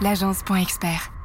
l'agence.expert.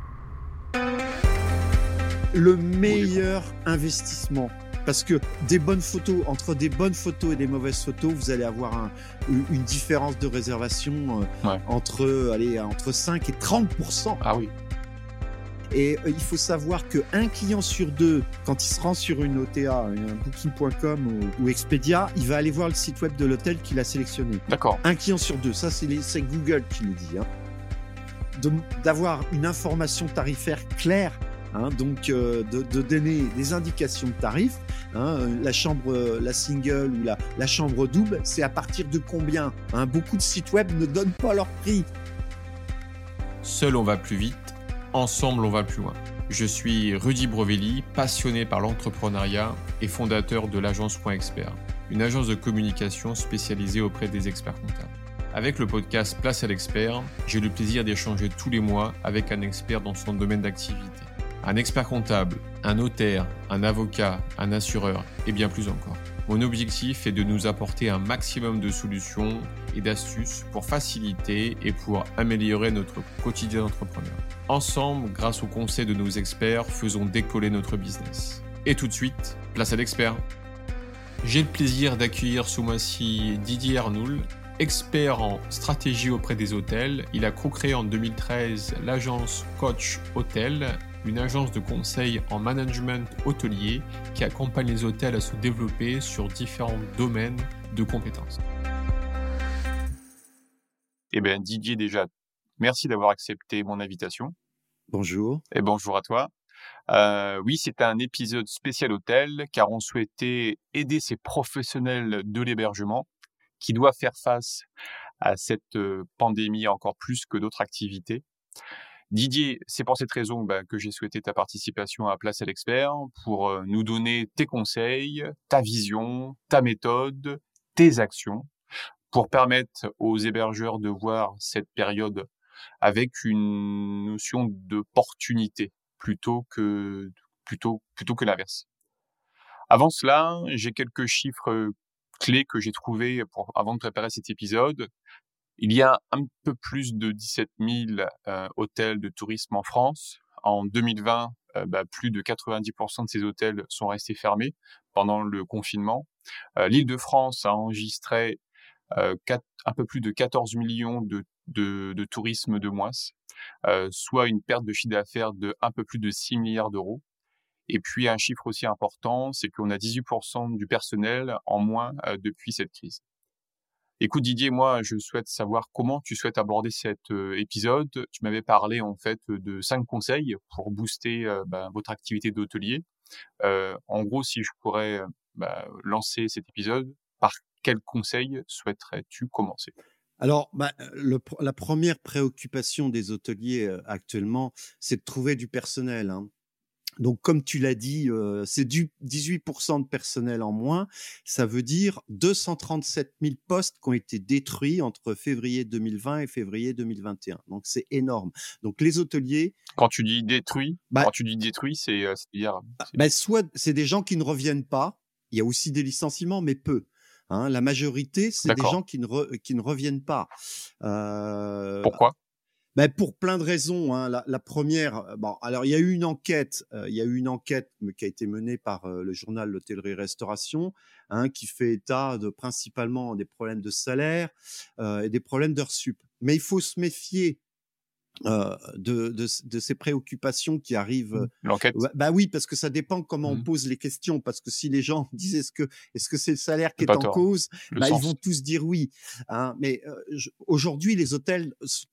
Le meilleur investissement. Parce que entre des bonnes photos et des mauvaises photos, vous allez avoir une différence de réservation entre 5 et 30%. Ah oui. Et il faut savoir qu'un client sur deux, quand il se rend sur une OTA, un Booking.com ou Expedia, il va aller voir le site web de l'hôtel qu'il a sélectionné. D'accord. Un client sur deux, ça c'est Google qui le dit. D'avoir une information tarifaire claire, donc de donner des indications de tarifs. La chambre, la single ou la chambre double, c'est à partir de combien ? Beaucoup de sites web ne donnent pas leur prix. Seul on va plus vite. Ensemble, on va plus loin. Je suis Rudy Brovelli, passionné par l'entrepreneuriat et fondateur de l'agence.expert, une agence de communication spécialisée auprès des experts comptables. Avec le podcast Place à l'expert, j'ai le plaisir d'échanger tous les mois avec un expert dans son domaine d'activité. Un expert comptable, un notaire, un avocat, un assureur et bien plus encore. Mon objectif est de nous apporter un maximum de solutions et d'astuces pour faciliter et pour améliorer notre quotidien d'entrepreneur. Ensemble, grâce aux conseils de nos experts, faisons décoller notre business. Et tout de suite, place à l'expert. J'ai le plaisir d'accueillir ce mois-ci Didier Arnoul, expert en stratégie auprès des hôtels. Il a co-créé en 2013 l'agence Coach Hotel, une agence de conseil en management hôtelier qui accompagne les hôtels à se développer sur différents domaines de compétences. Eh bien, Didier, déjà, merci d'avoir accepté mon invitation. Bonjour. Et bonjour à toi. Oui, c'est un épisode spécial hôtel car on souhaitait aider ces professionnels de l'hébergement qui doivent faire face à cette pandémie encore plus que d'autres activités. Didier, c'est pour cette raison que j'ai souhaité ta participation à Place à l'expert pour nous donner tes conseils, ta vision, ta méthode, tes actions pour permettre aux hébergeurs de voir cette période avec une notion d'opportunité plutôt que l'inverse. Avant cela, j'ai quelques chiffres clés que j'ai trouvés avant de préparer cet épisode. Il y a un peu plus de 17 000 hôtels de tourisme en France. En 2020, plus de 90% de ces hôtels sont restés fermés pendant le confinement. L'Île-de-France a enregistré un peu plus de 14 millions de tourisme de moins, soit une perte de chiffre d'affaires de un peu plus de 6 milliards d'euros. Et puis un chiffre aussi important, c'est qu'on a 18% du personnel en moins depuis cette crise. Écoute Didier, moi je souhaite savoir comment tu souhaites aborder cet épisode. Tu m'avais parlé en fait de 5 conseils pour booster votre activité d'hôtelier. En gros, si je pourrais lancer cet épisode, par quel conseil souhaiterais-tu commencer ? Alors, la première préoccupation des hôteliers actuellement, c'est de trouver du personnel. Donc, comme tu l'as dit, c'est du 18% de personnel en moins. Ça veut dire 237 000 postes qui ont été détruits entre février 2020 et février 2021. Donc, c'est énorme. Donc, les hôteliers... Quand tu dis détruit, c'est-à-dire... soit c'est des gens qui ne reviennent pas. Il y a aussi des licenciements, mais peu. La majorité, c'est des gens qui ne reviennent pas. Pourquoi ? Pour plein de raisons. La première, alors il y a eu une enquête qui a été menée par le journal L'Hôtellerie-Restauration, qui fait état de principalement des problèmes de salaire et des problèmes d'heures sup. Mais il faut se méfier de ces préoccupations qui arrivent. L'enquête. Oui, parce que ça dépend comment on pose les questions. Parce que si les gens disent est-ce que c'est le salaire qui est en cause, ils vont tous dire oui. Mais aujourd'hui, les hôtels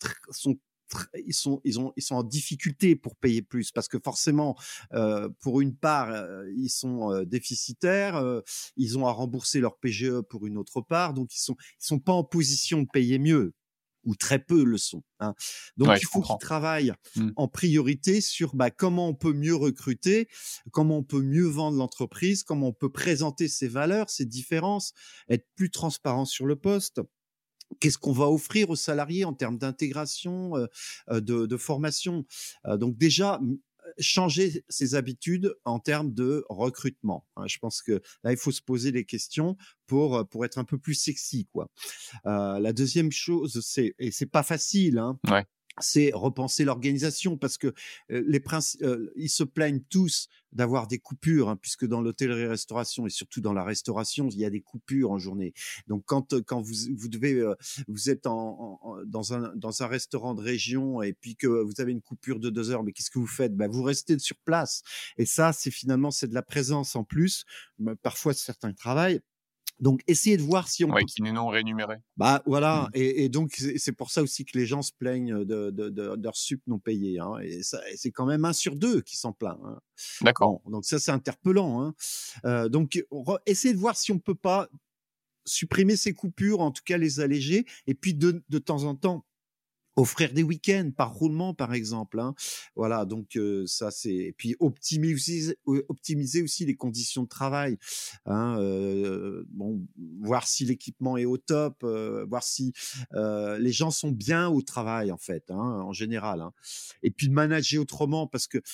ils sont en difficulté pour payer plus parce que forcément, pour une part, ils sont déficitaires, ils ont à rembourser leur PGE pour une autre part, donc ils sont pas en position de payer mieux. Ou très peu le sont. Donc, il faut qu'ils travaillent en priorité sur comment on peut mieux recruter, comment on peut mieux vendre l'entreprise, comment on peut présenter ses valeurs, ses différences, être plus transparent sur le poste. Qu'est-ce qu'on va offrir aux salariés en termes d'intégration, de formation. Donc déjà, changer ses habitudes en termes de recrutement. Je pense que là, il faut se poser des questions pour être un peu plus sexy, quoi. La deuxième chose, et c'est pas facile, c'est repenser l'organisation parce que ils se plaignent tous d'avoir des coupures, hein, puisque dans l'hôtellerie-restauration et surtout dans la restauration, il y a des coupures en journée. Donc quand vous devez vous êtes dans un restaurant de région et puis que vous avez une coupure de 2 heures, mais qu'est-ce que vous faites? Vous restez sur place. Et ça, c'est de la présence en plus. Parfois certains travaillent. Donc, essayez de voir si on peut. Qui n'est non rémunéré. Voilà, et donc c'est pour ça aussi que les gens se plaignent d'heures sup non payées, hein, et c'est quand même 1 sur 2 qui s'en plaint, hein. D'accord. Bon, donc ça, c'est interpellant, hein. Donc essayez de voir si on peut pas supprimer ces coupures, en tout cas les alléger, et puis de temps en temps offrir des week-ends par roulement, par exemple, hein. Voilà, donc ça c'est, et puis optimiser aussi les conditions de travail, hein. Bon, voir si l'équipement est au top, voir si les gens sont bien au travail en fait, hein, en général, hein. Et puis de manager autrement parce que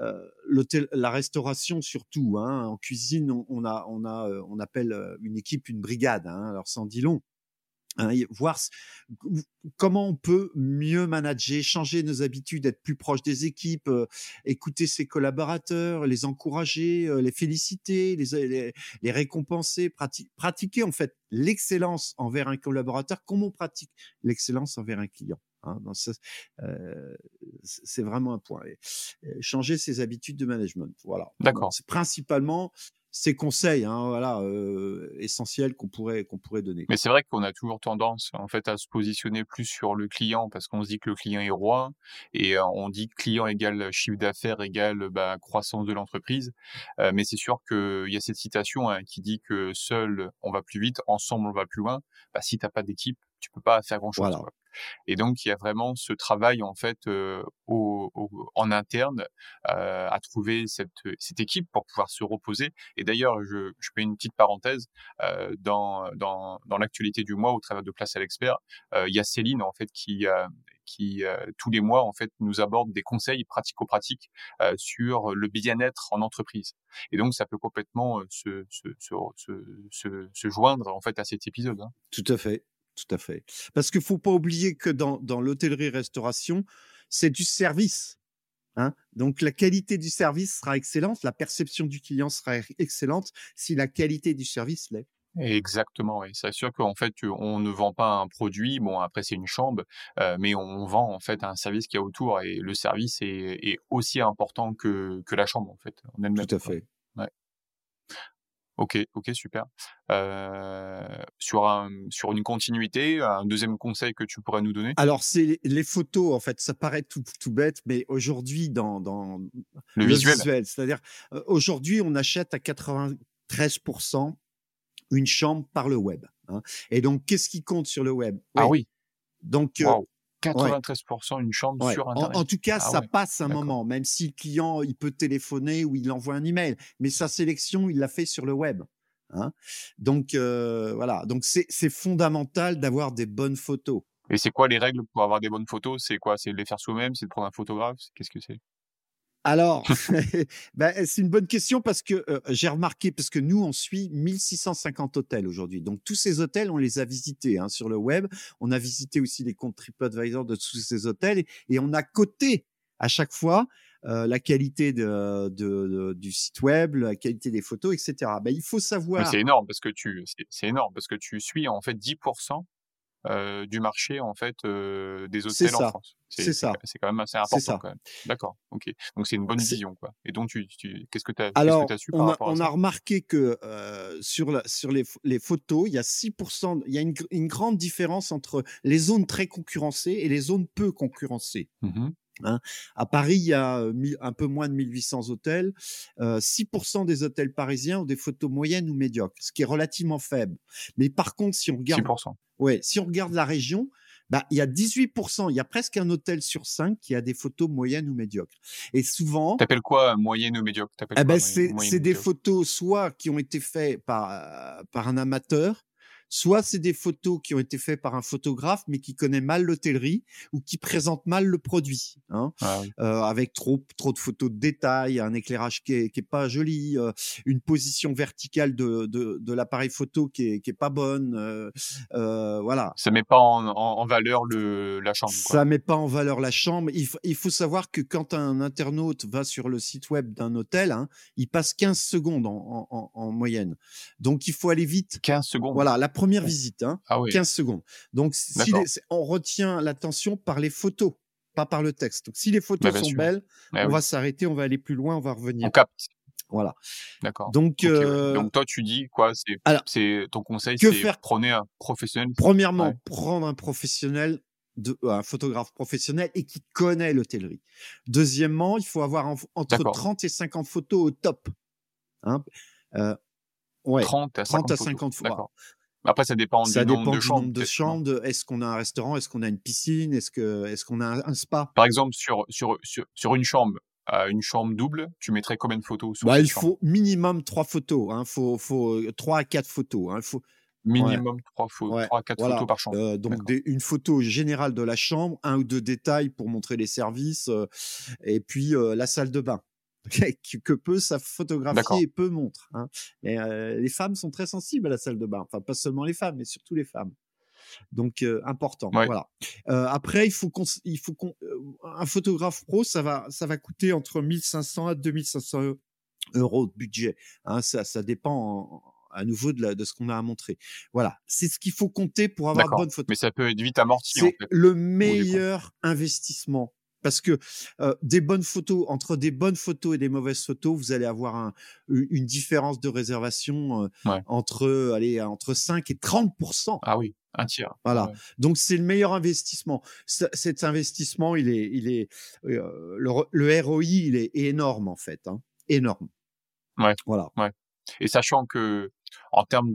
la restauration surtout, hein, en cuisine, on appelle une équipe une brigade, hein, alors ça en dit long. Hein, voir comment on peut mieux manager, changer nos habitudes, être plus proche des équipes, écouter ses collaborateurs, les encourager, les féliciter, les récompenser, pratiquer en fait l'excellence envers un collaborateur comme on pratique l'excellence envers un client. Hein, c'est vraiment un point. Changer ses habitudes de management. Voilà. D'accord. C'est principalement ces conseils, hein, voilà, essentiels qu'on pourrait donner. Mais c'est vrai qu'on a toujours tendance, en fait, à se positionner plus sur le client parce qu'on se dit que le client est roi et on dit client égale chiffre d'affaires égale croissance de l'entreprise. Mais c'est sûr qu'il y a cette citation qui dit que seul on va plus vite, ensemble on va plus loin. Si t'as pas d'équipe, tu peux pas faire grand-chose. Voilà. Quoi. Et donc il y a vraiment ce travail en fait en interne à trouver cette équipe pour pouvoir se reposer. Et d'ailleurs, je fais une petite parenthèse dans l'actualité du mois au travers de Place à l'expert, il y a Céline en fait qui tous les mois en fait nous aborde des conseils pratico-pratiques sur le bien-être en entreprise. Et donc ça peut complètement se joindre en fait à cet épisode. Hein. Tout à fait. Tout à fait. Parce qu'il ne faut pas oublier que dans l'hôtellerie-restauration, c'est du service. Hein. Donc, la qualité du service sera excellente, la perception du client sera excellente si la qualité du service l'est. Exactement, oui. C'est sûr qu'en fait, on ne vend pas un produit. Bon, après, c'est une chambre, mais on vend en fait un service qu'il y a autour et le service est aussi important que la chambre en fait en elle-même. Tout à fait. Ouais. Ok, super. Sur une continuité, un deuxième conseil que tu pourrais nous donner? Alors, c'est les photos, en fait. Ça paraît tout bête, mais aujourd'hui, dans le visuel, c'est-à-dire, aujourd'hui, on achète à 93% une chambre par le web. Hein. Et donc, qu'est-ce qui compte sur le web? Ah oui. Donc, wow. 93% une chambre sur Internet. En tout cas, ça passe un moment, même si le client, il peut téléphoner ou il envoie un email, mais sa sélection, il l'a fait sur le web. Hein. Donc, voilà. Donc, c'est fondamental d'avoir des bonnes photos. Et c'est quoi les règles pour avoir des bonnes photos? C'est quoi? C'est de les faire soi-même? C'est de prendre un photographe? Qu'est-ce que c'est? Alors, c'est une bonne question parce que j'ai remarqué, parce que nous, on suit 1650 hôtels aujourd'hui. Donc, tous ces hôtels, on les a visités sur le web. On a visité aussi les comptes TripAdvisor de tous ces hôtels et on a coté à chaque fois la qualité du site web, la qualité des photos, etc. Il faut savoir. Mais c'est énorme parce que tu suis en fait 10% du marché en fait des hôtels en France. C'est ça. C'est quand même assez important quand même. D'accord. Ok. Donc c'est une bonne vision quoi. Et donc qu'est-ce que tu as su par rapport à ça? On a remarqué que sur les photos, il y a 6%, il y a une grande différence entre les zones très concurrencées et les zones peu concurrencées. Mmh. Hein. À Paris, il y a un peu moins de 1800 hôtels. 6% des hôtels parisiens ont des photos moyennes ou médiocres, ce qui est relativement faible. Mais par contre, si on regarde, 6%. Ouais, si on regarde la région, il y a 18%, il y a presque un hôtel sur 5 qui a des photos moyennes ou médiocres. Et souvent. T'appelles quoi moyenne ou médiocre? C'est des photos soit qui ont été faites par un amateur, soit c'est des photos qui ont été faites par un photographe, mais qui connaît mal l'hôtellerie ou qui présente mal le produit, hein, avec trop de photos de détails, un éclairage qui est pas joli, une position verticale de l'appareil photo qui est pas bonne, voilà. Ça met pas en valeur la chambre, quoi. Ça met pas en valeur la chambre. Il faut savoir que quand un internaute va sur le site web d'un hôtel, hein, il passe 15 secondes en moyenne. Donc, il faut aller vite. 15 secondes. Voilà, la première visite, hein, Ah oui. 15 secondes. Donc, on retient l'attention par les photos, pas par le texte. Donc, si les photos sont belles, on va s'arrêter, on va aller plus loin, on va revenir. On capte. Voilà. D'accord. Donc, Donc toi, tu dis quoi? C'est ton conseil, c'est prenez un professionnel. Premièrement, prendre un professionnel, un photographe professionnel et qui connaît l'hôtellerie. Deuxièmement, il faut avoir entre 30 et 50 photos au top. Hein, 30 à 50 fois. D'accord. Après, ça dépend du nombre de chambres. Est-ce qu'on a un restaurant? Est-ce qu'on a une piscine? Est-ce qu'on a un spa? Par exemple, sur une chambre double, tu mettrais combien de photos sur il faut minimum 3 photos. Hein. Faut 3 à 4 photos. Hein. Minimum 3 à 4 photos par chambre. Donc une photo générale de la chambre, 1 ou 2 détails pour montrer les services, et puis la salle de bain que peu savent photographier et peu montrent. Hein. Et, les femmes sont très sensibles à la salle de bain. Enfin, pas seulement les femmes, mais surtout les femmes. Donc important. Voilà. Après, il faut un photographe pro, ça va coûter entre 1500 à 2500 euros de budget. Hein, ça dépend à nouveau de ce qu'on a à montrer. Voilà, c'est ce qu'il faut compter pour avoir de bonnes photos. Mais ça peut être vite amorti. C'est le meilleur investissement. Parce que entre des bonnes photos et des mauvaises photos, vous allez avoir une différence de réservation entre 5 et 30%. Ah oui, un tiers. Voilà. Ouais. Donc c'est le meilleur investissement. Cet investissement, le ROI, il est énorme en fait, hein. Énorme. Ouais. Voilà. Ouais. Et sachant que en termes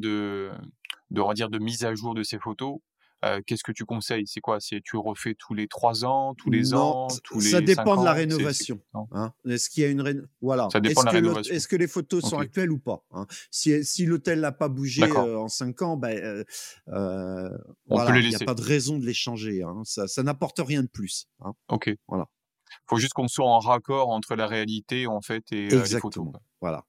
on va dire de mise à jour de ces photos, qu'est-ce que tu conseilles? C'est quoi? Tu refais tous les 3 ans, tous les ans, tous les 5 ans? Ça dépend de la rénovation. Hein. Est-ce qu'il y a voilà. Ça dépend de la rénovation. Est-ce que les photos sont actuelles ou pas, hein? Si l'hôtel n'a pas bougé en 5 ans, on peut les laisser. Il n'y a pas de raison de les changer. Hein. Ça n'apporte rien de plus. Hein. Ok. Voilà. Faut juste qu'on soit en raccord entre la réalité en fait et les photos. Voilà.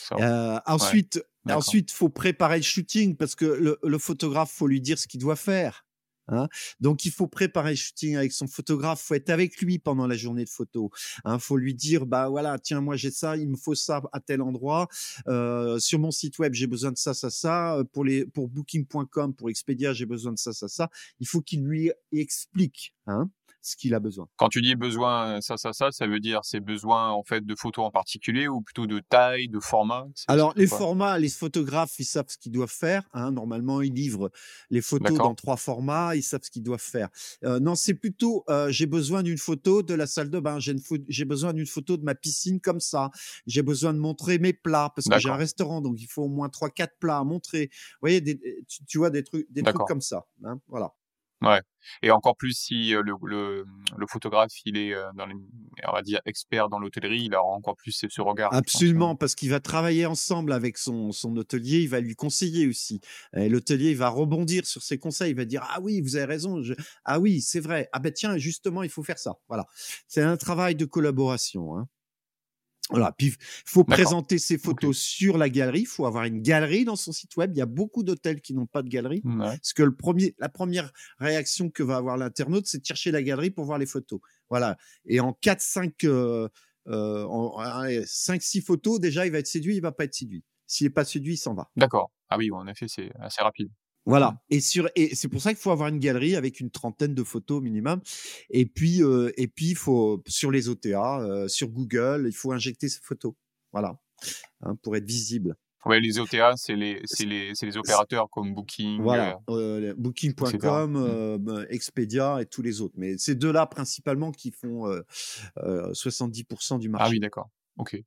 Ensuite, faut préparer le shooting parce que le photographe, faut lui dire ce qu'il doit faire. Hein. Donc, il faut préparer le shooting avec son photographe. Faut être avec lui pendant la journée de photo. Hein. Faut lui dire, voilà, tiens, moi j'ai ça, il me faut ça à tel endroit. Sur mon site web, j'ai besoin de ça, ça, ça. Pour Booking.com, pour Expedia, j'ai besoin de ça, ça, ça. Il faut qu'il lui explique. Hein, ce qu'il a besoin. Quand tu dis besoin, ça veut dire c'est besoin en fait de photos en particulier ou plutôt de taille, de format? Alors les formats, les photographes, ils savent ce qu'ils doivent faire. Hein. Normalement, ils livrent les photos dans 3 formats. Ils savent ce qu'ils doivent faire. Non, c'est plutôt j'ai besoin d'une photo de la salle de bain. J'ai besoin d'une photo de ma piscine comme ça. J'ai besoin de montrer mes plats parce que j'ai un restaurant, donc il faut au moins 3-4 plats à montrer. Vous voyez, tu vois des trucs comme ça. Hein. Voilà. Ouais. Et encore plus si le photographe il est on va dire expert dans l'hôtellerie, il aura encore plus ce regard. Absolument, parce qu'il va travailler ensemble avec son hôtelier, il va lui conseiller aussi. Et l'hôtelier, il va rebondir sur ses conseils, il va dire ah oui, vous avez raison, ah oui, c'est vrai, ah ben tiens, justement, il faut faire ça. Voilà, c'est un travail de collaboration. Hein. Voilà, puis il faut présenter ses photos sur la galerie. Il faut avoir une galerie dans son site web. Il y a beaucoup d'hôtels qui n'ont pas de galerie. Parce que la première réaction que va avoir l'internaute, c'est de chercher la galerie pour voir les photos. Voilà. Et en 5-6 photos, déjà, il va être séduit, il va pas être séduit. S'il n'est pas séduit, il s'en va. D'accord. Ah oui, en effet, c'est assez rapide. Voilà. Et c'est pour ça qu'il faut avoir une galerie avec une 30aine de photos minimum. Et puis il faut, sur les OTA, sur Google, il faut injecter ces photos. Voilà. Hein, pour être visible. Ouais, les OTA, c'est les opérateurs comme Booking. Voilà. Booking.com, Expedia et tous les autres. Mais c'est deux-là principalement qui font 70% du marché. Ah oui, d'accord. Ok.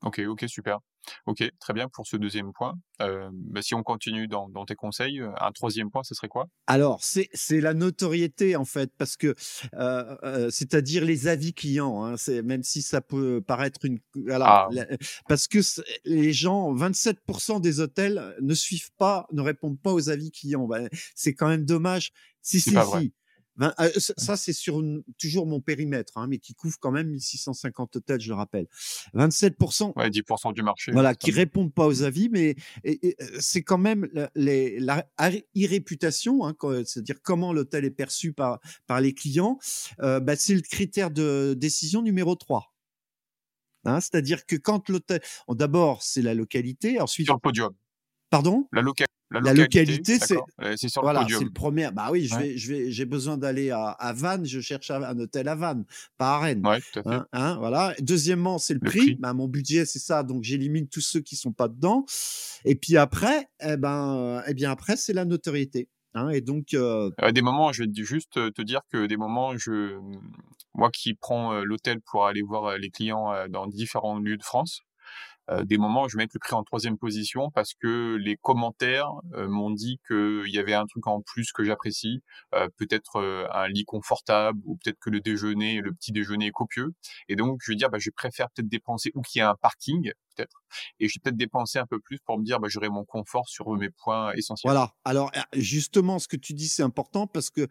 Ok, super. Ok, très bien pour ce deuxième point. Si on continue dans tes conseils, un troisième point, ce serait quoi? Alors, c'est la notoriété en fait, parce que c'est-à-dire les avis clients. Hein, c'est même si ça peut paraître une voilà, Ah, parce que les gens, 27% des hôtels ne suivent pas, ne répondent pas aux avis clients. Ben, c'est quand même dommage. Si, c'est si, pas vrai. si. Ça, c'est sur toujours mon périmètre, hein, mais qui couvre quand même 1650 hôtels, je le rappelle. 27%, Ouais, 10% du marché, voilà, quand qui même. répondent pas aux Mmh. avis, mais c'est quand même la irréputation, hein, c'est-à-dire comment l'hôtel est perçu par les clients, bah, c'est le critère de décision numéro 3. Hein, c'est-à-dire que quand l'hôtel, d'abord, c'est la localité, Sur ensuite, le podium. pardon? La La localité, localité, c'est d'accord, c'est sur le voilà, c'est le podium. premier. Bah oui, Ouais, j'ai besoin d'aller à Vannes, je cherche un hôtel à Vannes, pas à Rennes. ouais, tout à fait. Voilà. Deuxièmement, c'est le Le prix. prix. Bah, mon budget, c'est ça, donc j'élimine tous ceux qui sont pas dedans. Et puis après, eh bien après, c'est la notoriété. Hein, et donc, À des moments, je vais juste te dire que des moments, moi qui prends, l'hôtel pour aller voir, les clients, dans différents lieux de France, des moments, je vais mettre le prix en troisième position parce que les commentaires, m'ont dit qu'il y avait un truc en plus que j'apprécie, peut-être, un lit confortable ou peut-être que le petit déjeuner est copieux et donc je vais dire, je préfère peut-être dépenser ou qu'il y ait un parking, peut-être et je vais peut-être dépenser un peu plus pour me dire, j'aurai mon confort sur, mes points essentiels. voilà. Alors, justement, ce que tu dis, c'est important parce que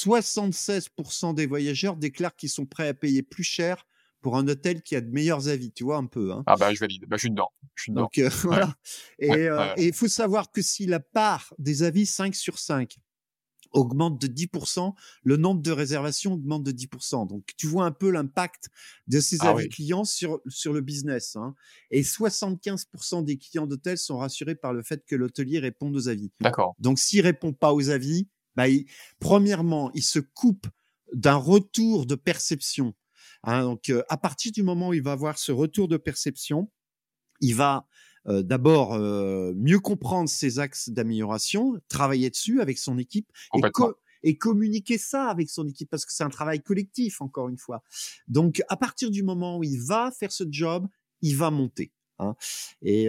76% des voyageurs déclarent qu'ils sont prêts à payer plus cher pour un hôtel qui a de meilleurs avis. Tu vois un peu, hein? Ah je valide, je suis dedans, je suis dedans. Donc, Ouais, voilà. ouais, Et ouais, ouais. il faut savoir que si la part des avis 5 sur 5 augmente de 10%, le nombre de réservations augmente de 10%. Donc, tu vois un peu l'impact de ces Ah avis oui, clients sur le business. Hein. Et 75% des clients d'hôtels sont rassurés par le fait que l'hôtelier réponde aux avis. d'accord, Donc, s'il répond pas aux avis, bah, premièrement, il se coupe d'un retour de perception. Hein. Donc, à partir du moment où il va avoir ce retour de perception, il va d'abord mieux comprendre ses axes d'amélioration, travailler dessus avec son équipe complètement. et communiquer ça avec son équipe parce que c'est un travail collectif, encore une fois. Donc, à partir du moment où il va faire ce job, il va monter. Hein. Et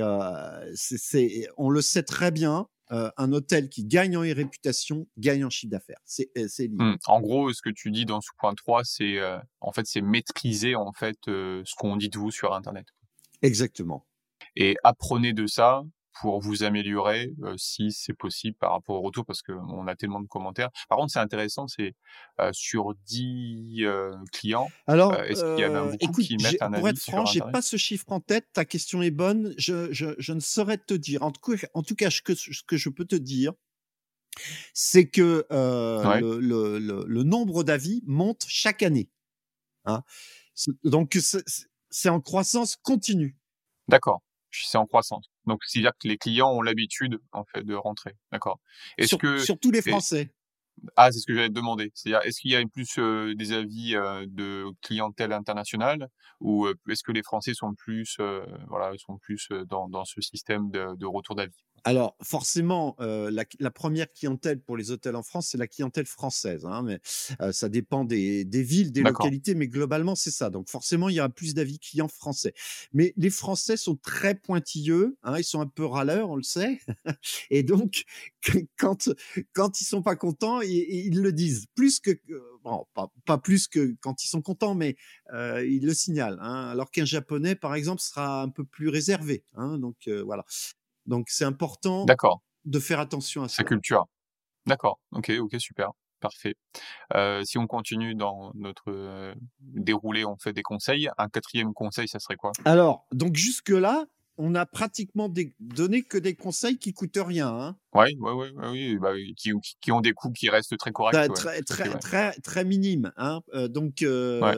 on le sait très bien, un hôtel qui gagne en réputation gagne en chiffre d'affaires. C'est lié. En gros, ce que tu dis dans ce point 3, c'est, en fait, c'est maîtriser, en fait, ce qu'on dit de vous sur internet Exactement. et apprenez de ça pour vous améliorer, si c'est possible par rapport au retour parce qu'on a tellement de commentaires. Par contre, c'est intéressant, c'est, sur 10 clients, Alors, est-ce qu'il y en a beaucoup écoute, qui mettent un pour avis être franc, sur j'ai internet? pas ce chiffre en tête. Ta question est bonne. Je ne saurais te dire. En tout cas, ce que je peux te dire, c'est que Ouais, le nombre d'avis monte chaque année. Hein. Donc, c'est en croissance continue. d'accord, c'est en croissance. Donc c'est-à-dire que les clients ont l'habitude, en fait, de rentrer. D'accord. Est-ce que Sur tous les et Français. c'est ce que j'allais te demander. C'est-à-dire, est-ce qu'il y a plus, des avis, de clientèle internationale ou, est-ce que les Français sont plus, voilà, sont plus, dans ce système de retour d'avis? Alors forcément, la 1re clientèle pour les hôtels en France, c'est la clientèle française, hein, mais ça dépend des villes, des D'accord, localités, mais globalement, c'est ça. Donc forcément, il y a plus d'avis clients français. Mais les Français sont très pointilleux, hein, ils sont un peu râleurs, on le sait et donc quand quand ils sont pas contents, ils le disent. Plus que bon, pas plus que quand ils sont contents, mais ils le signalent, hein. Alors qu'un Japonais, par exemple, sera un peu plus réservé, hein, donc voilà. Donc c'est important d'accord, de faire attention à sa cela. culture. D'accord, OK, super, parfait. Si on continue dans notre, déroulé, on fait des conseils. Un quatrième conseil, ça serait quoi? Alors, donc jusque-là, on a pratiquement donné que des conseils qui coûtent rien, hein. Ouais, oui, oui, qui ont des coûts qui restent très corrects, ouais, Très tout à fait, très ouais. très très minime, hein. Donc Ouais,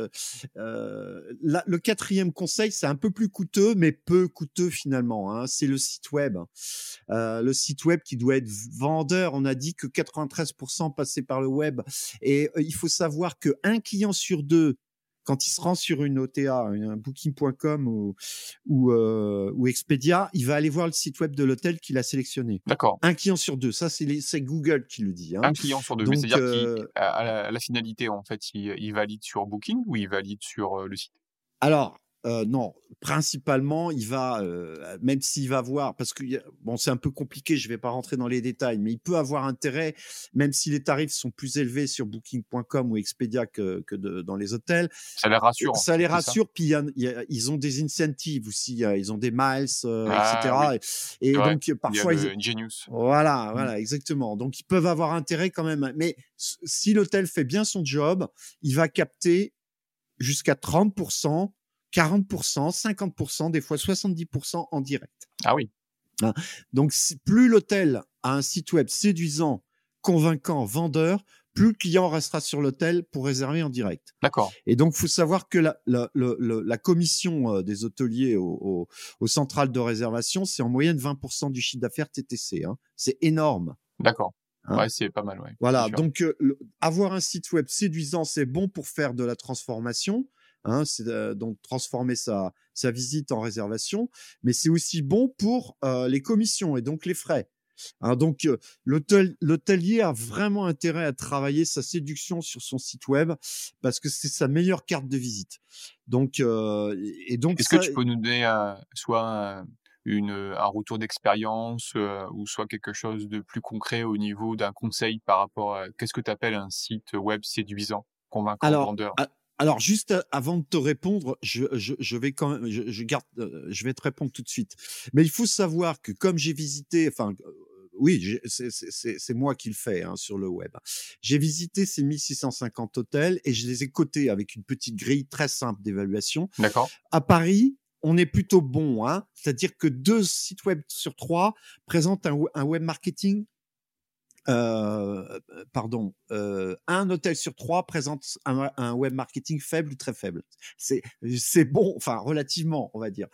le 4e conseil, c'est un peu plus coûteux, mais peu coûteux finalement, hein, c'est le site web. Le site web qui doit être vendeur, on a dit que 93% passaient par le web et il faut savoir qu'un client sur 2, quand il se rend sur une OTA, un booking.com ou Expedia, il va aller voir le site web de l'hôtel qu'il a sélectionné. d'accord. Un client sur 2, ça c'est Google qui le dit, hein. Un client sur 2, mais Donc c'est-à-dire qu'à la finalité, en fait, il valide sur Booking ou il valide sur, le site? alors non, principalement, il va, même s'il va voir, parce que bon, c'est un peu compliqué, je vais pas rentrer dans les détails, mais il peut avoir intérêt, même si les tarifs sont plus élevés sur Booking.com ou Expedia que dans les hôtels. Ça les rassure. Ça les rassure, puis ils ont des incentives aussi, ils ont des miles, etc. Oui. Et donc parfois, il y a le Genius. Voilà, exactement. Donc ils peuvent avoir intérêt quand même, mais si l'hôtel fait bien son job, il va capter jusqu'à 30%, 40%, 50%, des fois 70% en direct. Ah oui. Donc, plus l'hôtel a un site web séduisant, convaincant, vendeur, plus le client restera sur l'hôtel pour réserver en direct. D'accord. Et donc, il faut savoir que la commission des hôteliers aux centrales de réservation, c'est en moyenne 20% du chiffre d'affaires TTC. Hein. C'est énorme. D'accord. Ouais, c'est pas mal. Ouais. Voilà, donc avoir un site web séduisant, c'est bon pour faire de la transformation, hein, c'est donc transformer sa visite en réservation, mais c'est aussi bon pour les commissions et donc les frais. Hein, donc l'hôtelier a vraiment intérêt à travailler sa séduction sur son site web parce que c'est sa meilleure carte de visite. Donc est-ce que tu peux nous donner soit un retour d'expérience ou soit quelque chose de plus concret au niveau d'un conseil par rapport à qu'est-ce que tu appelles un site web séduisant, convaincant, vendeur? Alors juste avant de te répondre, je vais quand même, je vais te répondre tout de suite. Mais il faut savoir que comme j'ai visité, oui, c'est moi qui le fais hein, sur le web. J'ai visité ces 1650 hôtels et je les ai cotés avec une petite grille très simple d'évaluation. D'accord. À Paris, on est plutôt bon, hein. C'est-à-dire que 2 sites web sur 3 présentent un web marketing. Un hôtel sur 3 présente un web marketing faible ou très faible. C'est bon, enfin relativement, on va dire.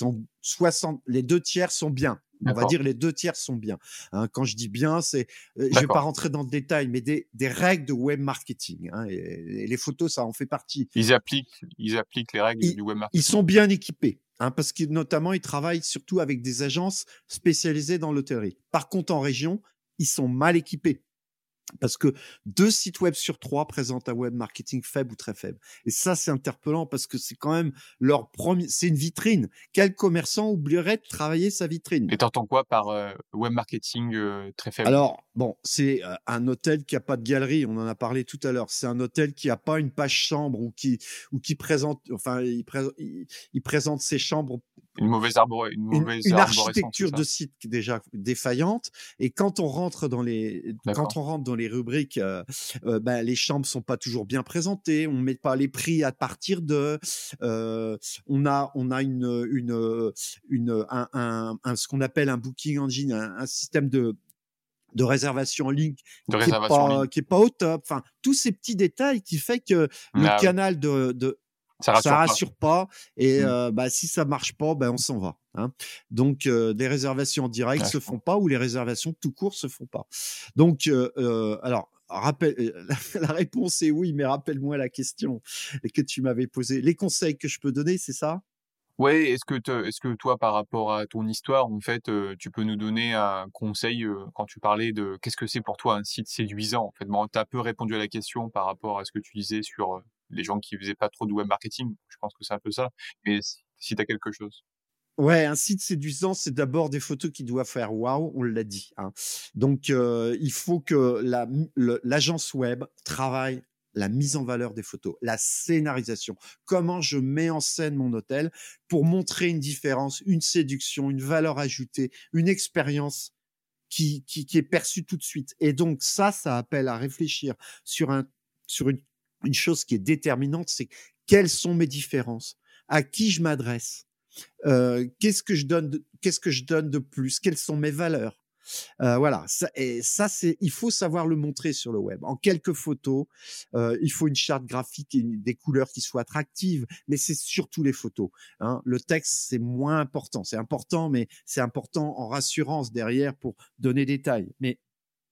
Les 2 tiers sont bien. On va dire les 2 tiers sont bien. Hein, quand je dis bien, c'est, je vais pas rentrer dans le détail, mais des règles de web marketing. Hein, et les photos, ça en fait partie. Ils appliquent les règles du web marketing. Ils sont bien équipés. Hein, parce que notamment, ils travaillent surtout avec des agences spécialisées dans l'hôtellerie. Par contre, en région, ils sont mal équipés. Parce que 2 sites web sur 3 présentent un web marketing faible ou très faible. Et ça, c'est interpellant parce que c'est quand même c'est une vitrine. Quel commerçant oublierait de travailler sa vitrine? Et t'entends quoi par web marketing très faible? Alors, bon, c'est un hôtel qui a pas de galerie. On en a parlé tout à l'heure. C'est un hôtel qui a pas une page chambre ou qui présente, enfin, il présente ses chambres. Une mauvaise architecture de site déjà défaillante. Et quand on rentre dans les rubriques, les chambres sont pas toujours bien présentées. On met pas les prix à partir de. On a ce qu'on appelle un booking engine, un système de réservation en ligne qui est pas au top. Enfin, tous ces petits détails qui fait que le canal ça rassure pas. Et si ça marche pas, on s'en va. Hein. Donc les réservations en direct se font pas ou les réservations tout court se font pas. Donc alors la réponse est oui, mais rappelle-moi la question que tu m'avais posée. Les conseils que je peux donner, c'est ça? Ouais, est-ce que toi, par rapport à ton histoire, en fait, tu peux nous donner un conseil, quand tu parlais de qu'est-ce que c'est pour toi un site séduisant? En fait, bon, tu as un peu répondu à la question par rapport à ce que tu disais sur, les gens qui faisaient pas trop de web marketing. Je pense que c'est un peu ça. Mais si tu as quelque chose? Ouais, un site séduisant, c'est d'abord des photos qui doivent faire waouh, on l'a dit. Hein. Donc, il faut que l'agence web travaille la mise en valeur des photos, la scénarisation. Comment je mets en scène mon hôtel pour montrer une différence, une séduction, une valeur ajoutée, une expérience qui est perçue tout de suite. Et donc, ça appelle à réfléchir sur une chose qui est déterminante, c'est quelles sont mes différences, à qui je m'adresse. Qu'est-ce que je donne de plus? Quelles sont mes valeurs? Voilà, il faut savoir le montrer sur le web. En quelques photos, il faut une charte graphique et des couleurs qui soient attractives, mais c'est surtout les photos. Hein. Le texte, c'est moins important. C'est important, mais c'est important en rassurance derrière pour donner des détails. Mais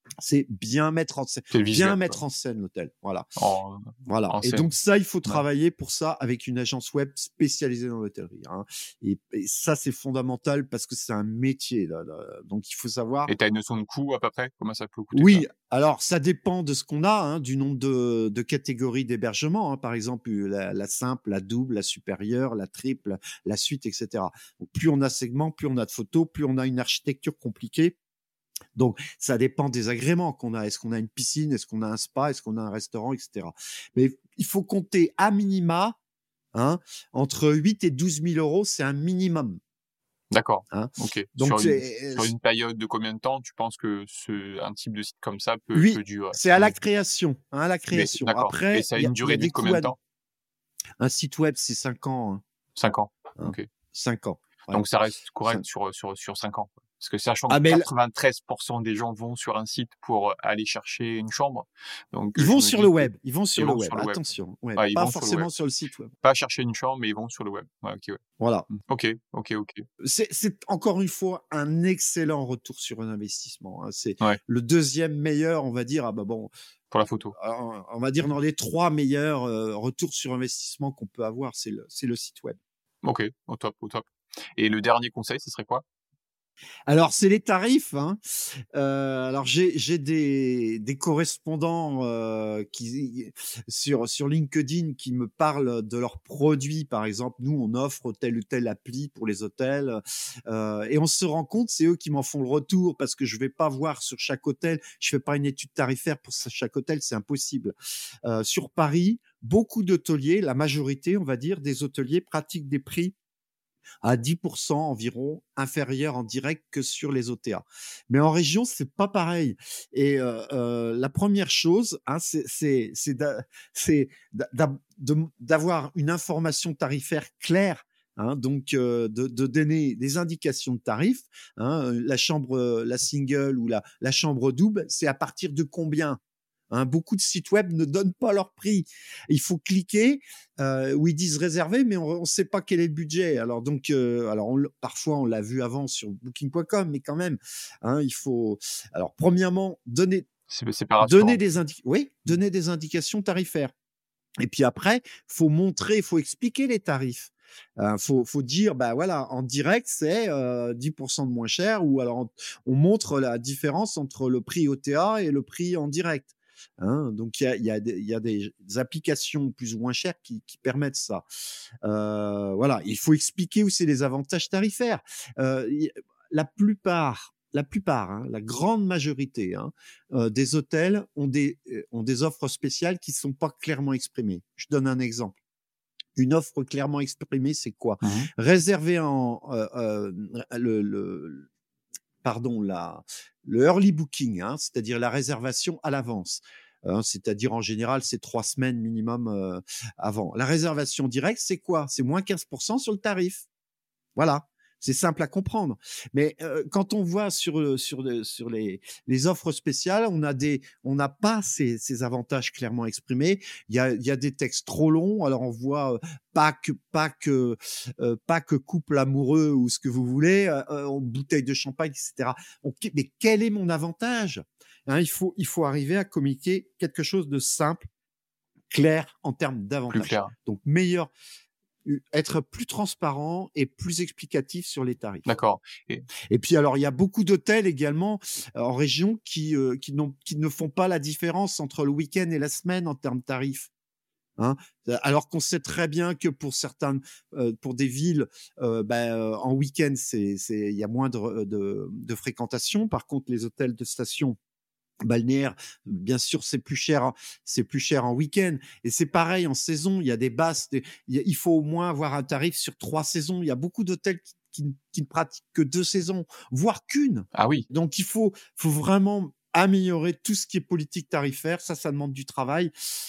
c'est bien mettre en scène, l'hôtel. Voilà. Voilà. Et donc ça, il faut travailler pour ça avec une agence web spécialisée dans l'hôtellerie. Hein. Et ça, c'est fondamental parce que c'est un métier. Là. Donc il faut savoir. Et tu as une notion de coût à peu près? Comment ça peut coûter? Oui. Alors ça dépend de ce qu'on a, hein, du nombre de catégories d'hébergement. Hein. Par exemple, la simple, la double, la supérieure, la triple, la suite, etc. Donc, plus on a segments, plus on a de photos, plus on a une architecture compliquée. Donc, ça dépend des agréments qu'on a. Est-ce qu'on a une piscine? Est-ce qu'on a un spa? Est-ce qu'on a un restaurant, etc. Mais il faut compter à minima, hein, entre 8 et 12 000 euros, c'est un minimum. D'accord. Hein. Ok. Donc, sur une période de combien de temps tu penses que un type de site comme ça peut durer? C'est à la création. Hein, à la création. Après, et ça a une durée de combien de temps? Un site web, c'est 5 ans. Hein. 5 ans. Hein. Ok. 5 ans. Ouais. Donc, ça reste correct sur 5 ans. Parce que sachant que 93% des gens vont sur un site pour aller chercher une chambre. Donc, ils vont sur le web. Ils vont sur le web. Attention. Ouais, pas forcément sur le site web. Pas chercher une chambre, mais ils vont sur le web. Ouais, ok. Ouais. Voilà. Ok. C'est encore une fois un excellent retour sur un investissement. Hein. C'est le deuxième meilleur, on va dire. Ah bah bon. Pour la photo. On va dire dans les 3 meilleurs retours sur investissement qu'on peut avoir, c'est le site web. Ok, au top. Et le dernier conseil, ce serait quoi? Alors, c'est les tarifs. Hein. Alors, j'ai des correspondants qui sur LinkedIn qui me parlent de leurs produits. Par exemple, nous, on offre telle ou telle appli pour les hôtels. Et on se rend compte, c'est eux qui m'en font le retour parce que je vais pas voir sur chaque hôtel. Je fais pas une étude tarifaire pour chaque hôtel, c'est impossible. Sur Paris, beaucoup d'hôteliers, la majorité, on va dire, des hôteliers pratiquent des prix à 10% environ inférieur en direct que sur les OTA. Mais en région, c'est pas pareil. Et la première chose, hein, c'est d'avoir une information tarifaire claire. Hein, donc de donner des indications de tarifs. Hein, la chambre, la single ou la chambre double, c'est à partir de combien? Hein, beaucoup de sites web ne donnent pas leur prix. Il faut cliquer où ils disent réservé, mais on ne sait pas quel est le budget. Alors donc, parfois on l'a vu avant sur Booking.com, mais quand même, hein, il faut. Alors premièrement, donner des indications tarifaires. Et puis après, faut expliquer les tarifs. Faut dire, bah voilà, en direct, c'est 10% de moins cher, ou alors on montre la différence entre le prix OTA et le prix en direct. Hein, donc il y a des applications plus ou moins chères qui permettent ça. Voilà, il faut expliquer où c'est les avantages tarifaires. La plupart, hein, la grande majorité des hôtels ont des offres spéciales qui sont pas clairement exprimées. Je donne un exemple. Une offre clairement exprimée, c'est quoi? Réserver le early booking, hein, c'est-à-dire la réservation à l'avance. C'est-à-dire en général, c'est 3 semaines minimum avant. La réservation directe, c'est quoi? C'est moins 15% sur le tarif. Voilà. C'est simple à comprendre. Mais quand on voit sur les offres spéciales, on n'a pas ces avantages clairement exprimés. Il y a des textes trop longs. Alors on voit pas que couple amoureux ou ce que vous voulez, bouteille de champagne, etc. Mais quel est mon avantage? Hein, il faut arriver à communiquer quelque chose de simple, clair en termes d'avantages. Plus clair. Donc être plus transparent et plus explicatif sur les tarifs. D'accord. Et puis alors il y a beaucoup d'hôtels également en région qui ne font pas la différence entre le week-end et la semaine en termes de tarifs. Hein, alors qu'on sait très bien que pour des villes, en week-end il y a moins de fréquentation. Par contre, les hôtels de station balnéaire, bien sûr, c'est plus cher en week-end. Et c'est pareil en saison. Il y a des basses. Il faut au moins avoir un tarif sur 3 saisons. Il y a beaucoup d'hôtels qui ne pratiquent que 2 saisons, voire qu'une. Ah oui. Donc il faut vraiment améliorer tout ce qui est politique tarifaire. Ça demande du travail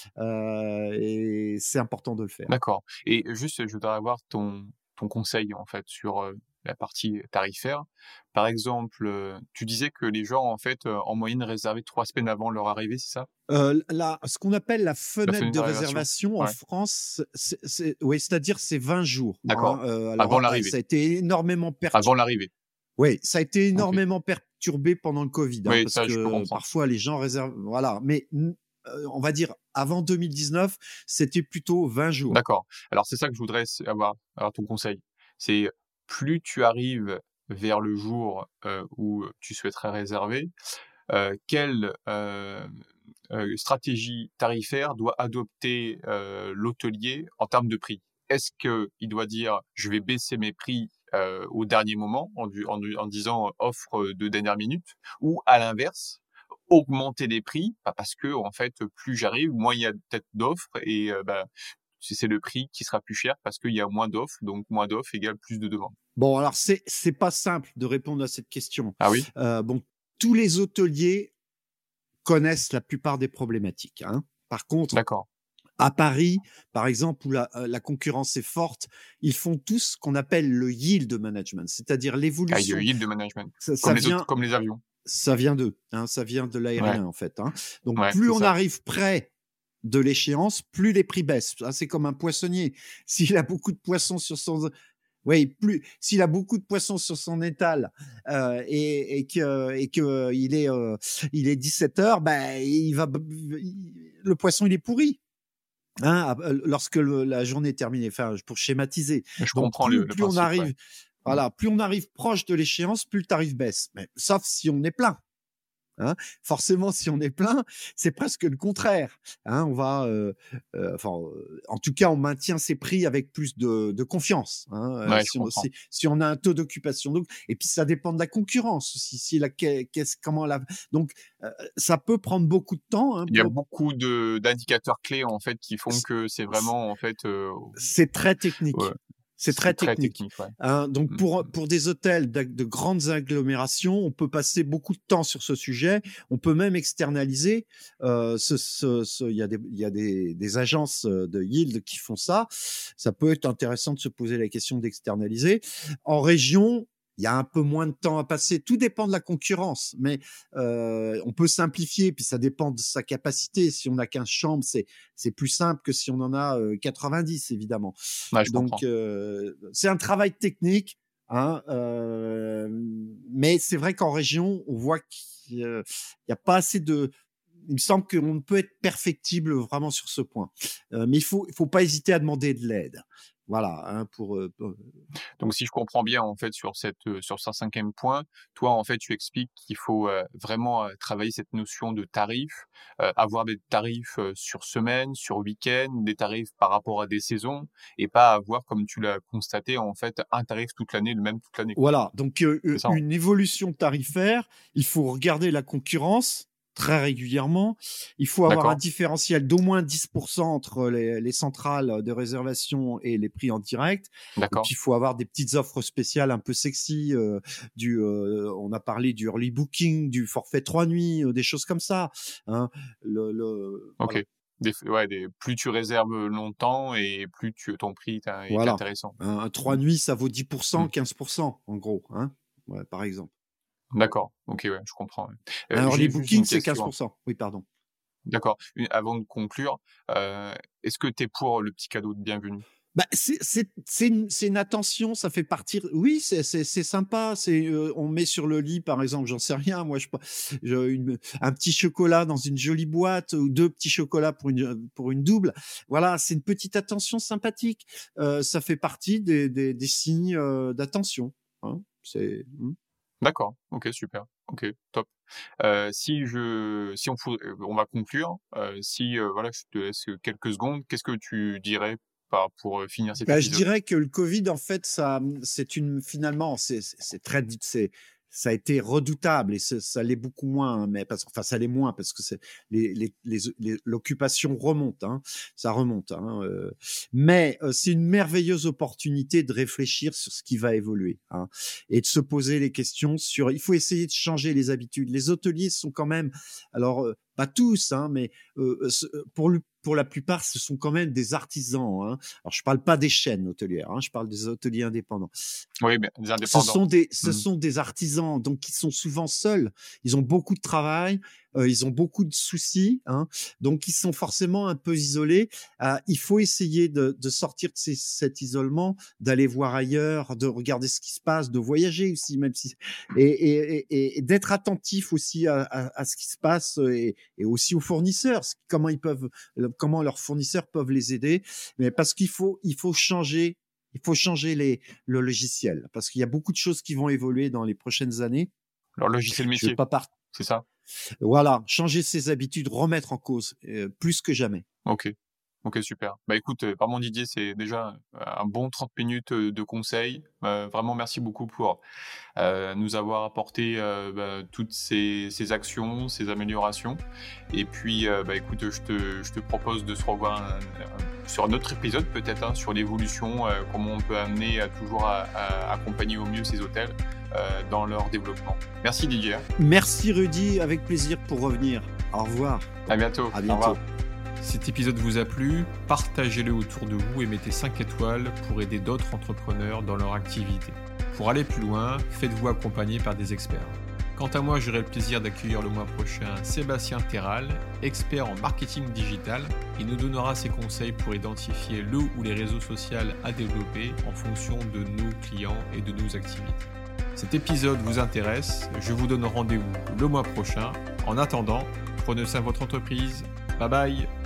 et c'est important de le faire. D'accord. Et juste, je voudrais avoir ton conseil en fait sur la partie tarifaire. Par exemple, tu disais que les gens, en fait, en moyenne, réservaient 3 semaines avant leur arrivée, c'est ça? Ce qu'on appelle la fenêtre de réservation en France, c'est-à-dire c'est 20 jours. D'accord. Avant l'arrivée. Ça a été énormément Avant l'arrivée. Oui, ça a été énormément perturbé pendant le Covid, Oui, parce ça, je peux que comprendre. parfois les gens réservent. Voilà, mais on va dire avant 2019, c'était plutôt 20 jours. D'accord. Alors c'est ça que je voudrais avoir ton conseil. C'est plus tu arrives vers le jour, où tu souhaiterais réserver, quelle, stratégie tarifaire doit adopter, l'hôtelier en termes de prix? Est-ce qu'il doit dire: «Je vais baisser mes prix, au dernier moment» en disant, «offre de dernière minute» ou à l'inverse, augmenter les prix, bah, parce que en fait, plus j'arrive, moins il y a peut-être d'offres et c'est le prix qui sera plus cher parce qu'il y a moins d'offres, donc moins d'offres égale plus de demandes. Bon, alors c'est pas simple de répondre à cette question. Ah oui? Bon, tous les hôteliers connaissent la plupart des problématiques, hein. Par contre, D'accord. à Paris, par exemple, où la concurrence est forte, ils font tous ce qu'on appelle le yield management, c'est-à-dire Ah, il y a l'évolution. yield management, Ça vient, comme les avions. ça vient d'eux, hein, ça vient de Ouais, l'aérien en fait, hein. Donc ouais, plus c'est on ça. arrive près de l'échéance, plus les prix baissent. Ah, c'est comme un poissonnier. S'il a beaucoup de poissons sur son, oui, plus s'il a beaucoup de poissons sur son étal et que il est 17 heures, ben le poisson il est pourri. Hein, lorsque la journée est terminée, enfin, pour schématiser. Je Donc comprends le plus on principe, ouais. arrive, Mmh. voilà, plus on arrive proche de l'échéance, plus le tarif baisse. Mais sauf si on est plein. Hein. Forcément, si on est plein, c'est presque le contraire. Hein, on va, en tout cas, on maintient ses prix avec plus de confiance. Hein, Ouais, je comprends. si on a un taux d'occupation, donc, et puis ça dépend de la concurrence aussi. Comment la, donc ça peut prendre beaucoup de temps. Hein, Il y a beaucoup d'indicateurs clés, en fait, qui font que c'est vraiment, en fait, c'est très ouais, technique. C'est très c'est très technique. technique, ouais. Hein. Donc, Mmh mh. pour des hôtels de grandes agglomérations, on peut passer beaucoup de temps sur ce sujet. On peut même externaliser. Il y a des agences de yield qui font ça. Ça peut être intéressant de se poser la question d'externaliser. En région, il y a un peu moins de temps à passer. Tout dépend de la concurrence, mais on peut simplifier. Puis ça dépend de sa capacité. Si on a 15 chambres, c'est plus simple que si on en a 90, évidemment. Ouais, je Donc, comprends. c'est un travail technique, hein, mais c'est vrai qu'en région, on voit qu'il y a pas assez de. Il me semble qu'on peut être perfectible vraiment sur ce point, mais il faut pas hésiter à demander de l'aide. Voilà, hein, Donc si je comprends bien, en fait, sur ce 5e point, toi, en fait, tu expliques qu'il faut, vraiment, travailler cette notion de tarif, avoir des tarifs, sur semaine, sur week-end, des tarifs par rapport à des saisons et pas avoir, comme tu l'as constaté, en fait, un tarif toute l'année, le même toute l'année, quoi. Voilà, donc C'est ça, hein? une évolution tarifaire, il faut regarder la concurrence très régulièrement. Il faut avoir un D'accord, différentiel d'au moins 10 entre les centrales de réservation et les prix en direct. Et d'accord. puis, il faut avoir des petites offres spéciales un peu sexy, on a parlé du early booking, du forfait 3 nuits, des choses comme ça, hein. OK. Voilà, Des plus tu réserves, longtemps et plus ton prix est voilà. intéressant. Un 3 Mmh. nuits, ça vaut 10 Mmh. 15 en gros, hein. Ouais, par exemple. D'accord. OK, ouais, je comprends, ouais. Un J'ai early juste booking, une c'est 15 question. Oui, pardon. D'accord. Avant de conclure, est-ce que tu es pour le petit cadeau de bienvenue? Bah, c'est une attention, ça fait partir, oui, c'est sympa, on met sur le lit, par exemple, j'en sais rien, moi, un petit chocolat dans une jolie boîte ou 2 petits chocolats pour une double. Voilà, c'est une petite attention sympathique. Ça fait partie des signes, d'attention, hein. D'accord. OK, super. OK, top. On va conclure, voilà, je te laisse quelques secondes, qu'est-ce que tu dirais pour, finir cet Bah, je épisode? dirais que le Covid, en fait, finalement, ça a été redoutable et ça l'est beaucoup moins, hein, enfin, ça l'est moins parce que l'occupation remonte, hein, ça remonte, hein, mais c'est une merveilleuse opportunité de réfléchir sur ce qui va évoluer, hein, et de se poser les questions il faut essayer de changer les habitudes. Les hôteliers sont quand même, alors, pas tous, hein, mais pour la plupart, ce sont quand même des artisans, hein. Alors, je parle pas des chaînes hôtelières, hein, je parle des hôteliers indépendants. Oui, mais des indépendants. Ce Mmh. sont des artisans, donc ils sont souvent seuls. Ils ont beaucoup de travail. ils ont beaucoup de soucis, hein, donc ils sont forcément un peu isolés. Il faut essayer de sortir de cet isolement, d'aller voir ailleurs, de regarder ce qui se passe, de voyager aussi, même si et d'être attentif aussi à ce qui se passe et aussi aux fournisseurs, comment leurs fournisseurs peuvent les aider, mais parce qu'il faut changer. Il faut changer le logiciel parce qu'il y a beaucoup de choses qui vont évoluer dans les prochaines années. Leur logiciel métier, c'est ça. Voilà, changer ses habitudes, remettre en cause plus que jamais. Ok, super. Bah écoute, vraiment Didier, c'est déjà un bon 30 minutes de conseils. Vraiment merci beaucoup pour nous avoir apporté toutes ces actions, ces améliorations. Et puis, écoute, je te propose de se revoir sur un autre épisode peut-être, sur l'évolution, comment on peut amener toujours à accompagner au mieux ces hôtels dans leur développement. Merci Didier. Merci Rudy, avec plaisir pour revenir. Au revoir. À bientôt. À bientôt. Au revoir. Si cet épisode vous a plu, partagez-le autour de vous et mettez 5 étoiles pour aider d'autres entrepreneurs dans leur activité. Pour aller plus loin, faites-vous accompagner par des experts. Quant à moi, j'aurai le plaisir d'accueillir le mois prochain Sébastien Terral, expert en marketing digital. Il nous donnera ses conseils pour identifier le ou les réseaux sociaux à développer en fonction de nos clients et de nos activités. Cet épisode vous intéresse, je vous donne rendez-vous le mois prochain. En attendant, prenez soin de votre entreprise. Bye bye.